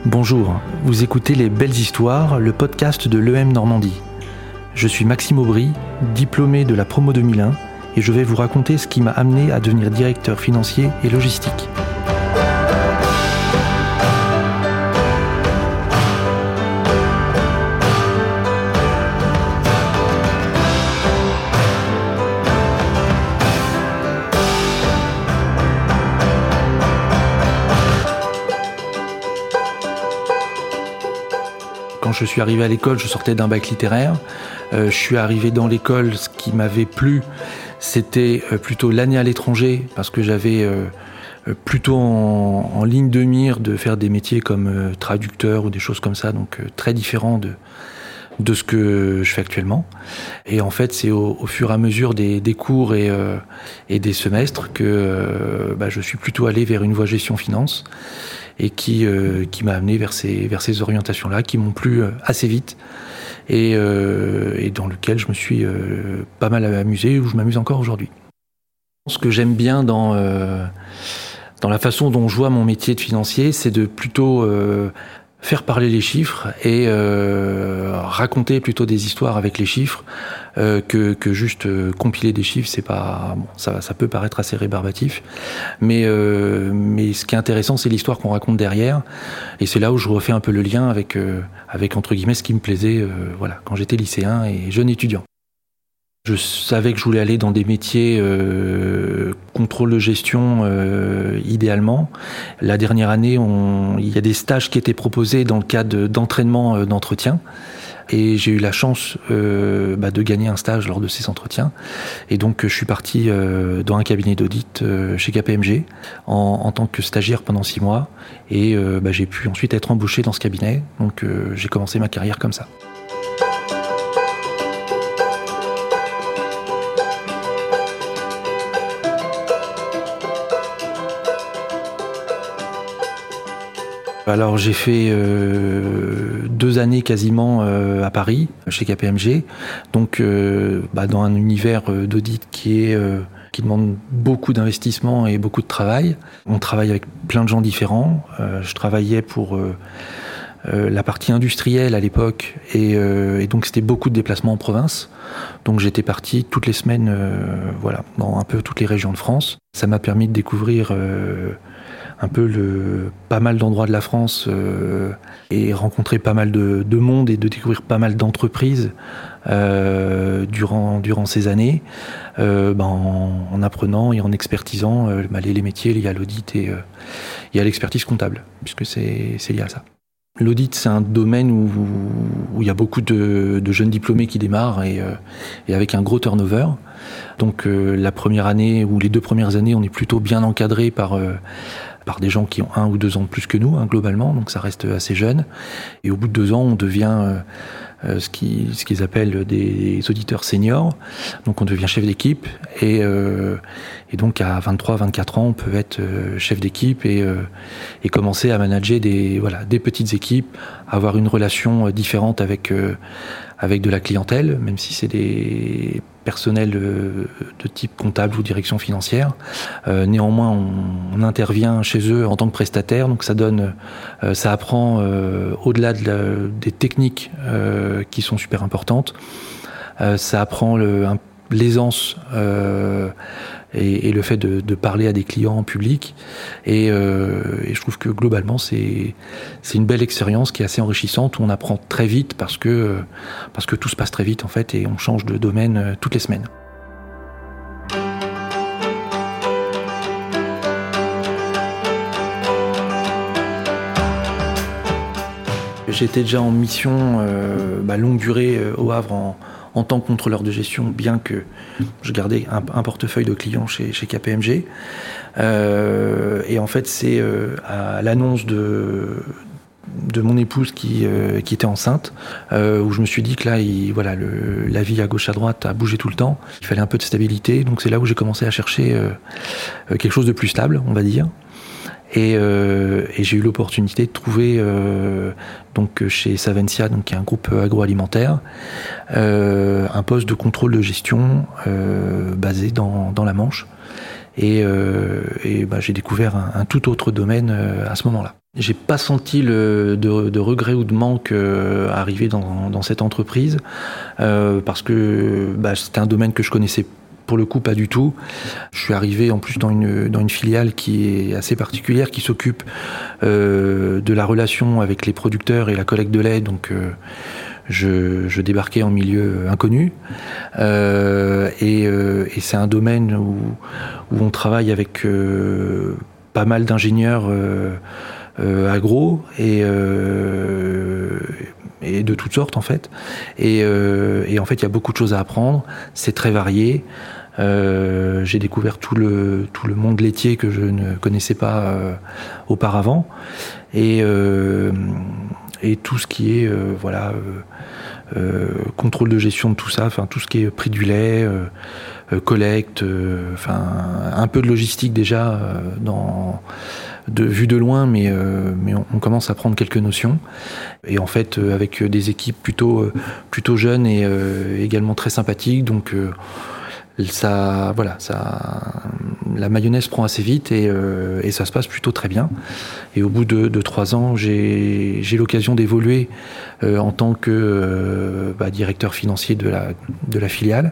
Bonjour, vous écoutez Les Belles Histoires, le podcast de l'EM Normandie. Je suis Maxime Aubry, diplômé de la promo 2001, et je vais vous raconter ce qui m'a amené à devenir directeur financier et logistique. Quand je suis arrivé à l'école, je sortais d'un bac littéraire. Je suis arrivé dans l'école, ce qui m'avait plu, c'était plutôt l'année à l'étranger, parce que j'avais plutôt en ligne de mire de faire des métiers comme traducteur ou des choses comme ça, donc très différents de ce que je fais actuellement. Et en fait, c'est au fur et à mesure des cours et des semestres que je suis plutôt allé vers une voie gestion-finance et qui m'a amené vers ces orientations-là qui m'ont plu assez vite et dans lequel je me suis pas mal amusé, où je m'amuse encore aujourd'hui. Ce que j'aime bien dans la façon dont je vois mon métier de financier, c'est de plutôt faire parler les chiffres et raconter plutôt des histoires avec les chiffres que juste compiler des chiffres. C'est pas bon, ça peut paraître assez rébarbatif, mais ce qui est intéressant, c'est l'histoire qu'on raconte derrière, et c'est là où je refais un peu le lien avec entre guillemets ce qui me plaisait quand j'étais lycéen et jeune étudiant. Je savais que je voulais aller dans des métiers contrôle de gestion idéalement. La dernière année, il y a des stages qui étaient proposés dans le cadre d'entraînement d'entretien. Et j'ai eu la chance de gagner un stage lors de ces entretiens. Et donc je suis parti dans un cabinet d'audit chez KPMG en tant que stagiaire pendant 6 mois. Et j'ai pu ensuite être embauché dans ce cabinet. Donc j'ai commencé ma carrière comme ça. Alors j'ai fait 2 années quasiment à Paris, chez KPMG, donc dans un univers d'audit qui demande beaucoup d'investissement et beaucoup de travail. On travaille avec plein de gens différents. Je travaillais pour la partie industrielle à l'époque et donc c'était beaucoup de déplacements en province. Donc j'étais parti toutes les semaines dans un peu toutes les régions de France. Ça m'a permis de découvrir un peu pas mal d'endroits de la France et rencontrer pas mal de monde et de découvrir pas mal d'entreprises durant ces années en apprenant et en expertisant les métiers liés à l'audit et à l'expertise comptable, puisque c'est lié à ça. L'audit, c'est un domaine où il y a beaucoup de jeunes diplômés qui démarrent et avec un gros turnover. Donc la première année ou les 2 premières années, on est plutôt bien encadré par des gens qui ont 1 ou 2 ans de plus que nous, globalement, donc ça reste assez jeune. Et au bout de 2 ans, on devient ce qu'ils appellent des auditeurs seniors. Donc on devient chef d'équipe et donc à 23-24 ans, on peut être chef d'équipe et commencer à manager des petites équipes, avoir une relation différente avec de la clientèle, même si c'est des personnels de type comptable ou direction financière. Néanmoins, on intervient chez eux en tant que prestataire, donc ça apprend au-delà des techniques qui sont super importantes. Ça apprend l'aisance et le fait de parler à des clients en public et je trouve que globalement c'est une belle expérience qui est assez enrichissante, où on apprend très vite parce que tout se passe très vite en fait, et on change de domaine toutes les semaines. J'étais déjà en mission longue durée au Havre en tant que contrôleur de gestion, bien que je gardais un portefeuille de clients chez KPMG. Et en fait, c'est à l'annonce de mon épouse qui était enceinte, où je me suis dit que là, la vie à gauche à droite a bougé tout le temps. Il fallait un peu de stabilité, donc c'est là où j'ai commencé à chercher quelque chose de plus stable, on va dire. Et j'ai eu l'opportunité de trouver donc chez Savencia, donc qui est un groupe agroalimentaire, un poste de contrôle de gestion basé dans la Manche. Et j'ai découvert un tout autre domaine à ce moment-là. J'ai pas senti de regret ou de manque à arriver dans cette entreprise parce que c'était un domaine que je connaissais pour le coup pas du tout. Je suis arrivé en plus dans une filiale qui est assez particulière, qui s'occupe de la relation avec les producteurs et la collecte de lait, donc je débarquais en milieu inconnu et c'est un domaine où on travaille avec pas mal d'ingénieurs agro et de toutes sortes en fait. Et en fait, il y a beaucoup de choses à apprendre. C'est très varié. J'ai découvert tout le monde laitier que je ne connaissais pas auparavant. Et tout ce qui est contrôle de gestion de tout ça, enfin tout ce qui est prix du lait, collecte, un peu de logistique déjà vu de loin, mais on commence à prendre quelques notions. Et en fait, avec des équipes plutôt jeunes et également très sympathiques, donc la mayonnaise prend assez vite et ça se passe plutôt très bien. Et au bout de 3 ans, j'ai l'occasion d'évoluer en tant que directeur financier de la filiale.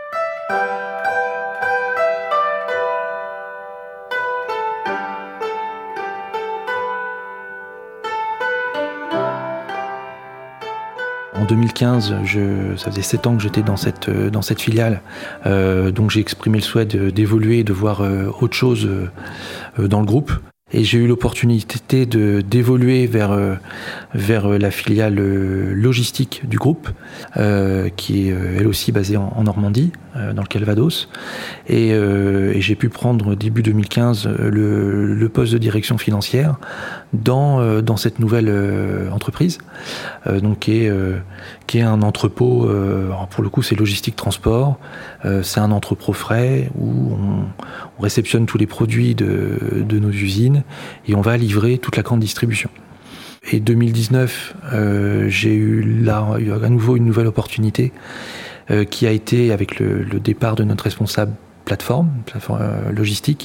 En 2015, ça faisait 7 ans que j'étais dans cette filiale, donc j'ai exprimé le souhait d'évoluer et de voir autre chose dans le groupe. Et j'ai eu l'opportunité d'évoluer vers la filiale logistique du groupe, qui est elle aussi basée en Normandie, dans le Calvados. Et j'ai pu prendre début 2015 le poste de direction financière dans cette nouvelle entreprise, donc qui est un entrepôt. Alors pour le coup, c'est logistique transport. C'est un entrepôt frais où on réceptionne tous les produits de nos usines et on va livrer toute la grande distribution. Et 2019, j'ai eu à nouveau une nouvelle opportunité qui a été avec le départ de notre responsable plateforme logistique,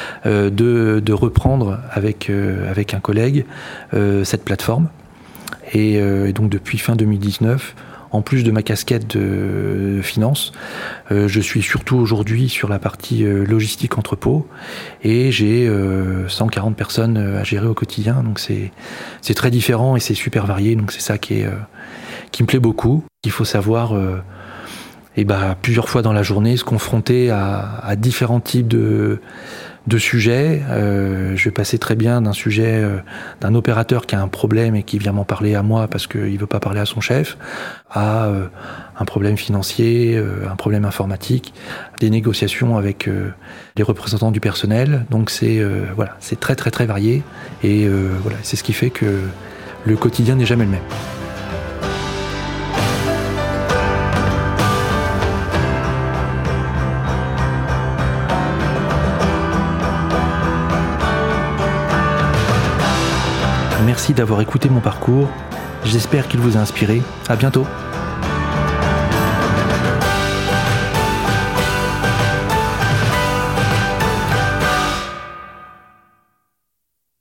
de reprendre avec un collègue cette plateforme. Et donc depuis fin 2019, en plus de ma casquette de finance, je suis surtout aujourd'hui sur la partie logistique entrepôt et j'ai 140 personnes à gérer au quotidien. Donc c'est très différent et c'est super varié. Donc c'est ça qui me plaît beaucoup. Il faut savoir plusieurs fois dans la journée se confronter à différents types de sujets. Je vais passer très bien d'un sujet d'un opérateur qui a un problème et qui vient m'en parler à moi parce qu'il veut pas parler à son chef, à un problème financier, un problème informatique, des négociations avec les représentants du personnel. Donc c'est très très très varié et c'est ce qui fait que le quotidien n'est jamais le même. Merci d'avoir écouté mon parcours. J'espère qu'il vous a inspiré. À bientôt.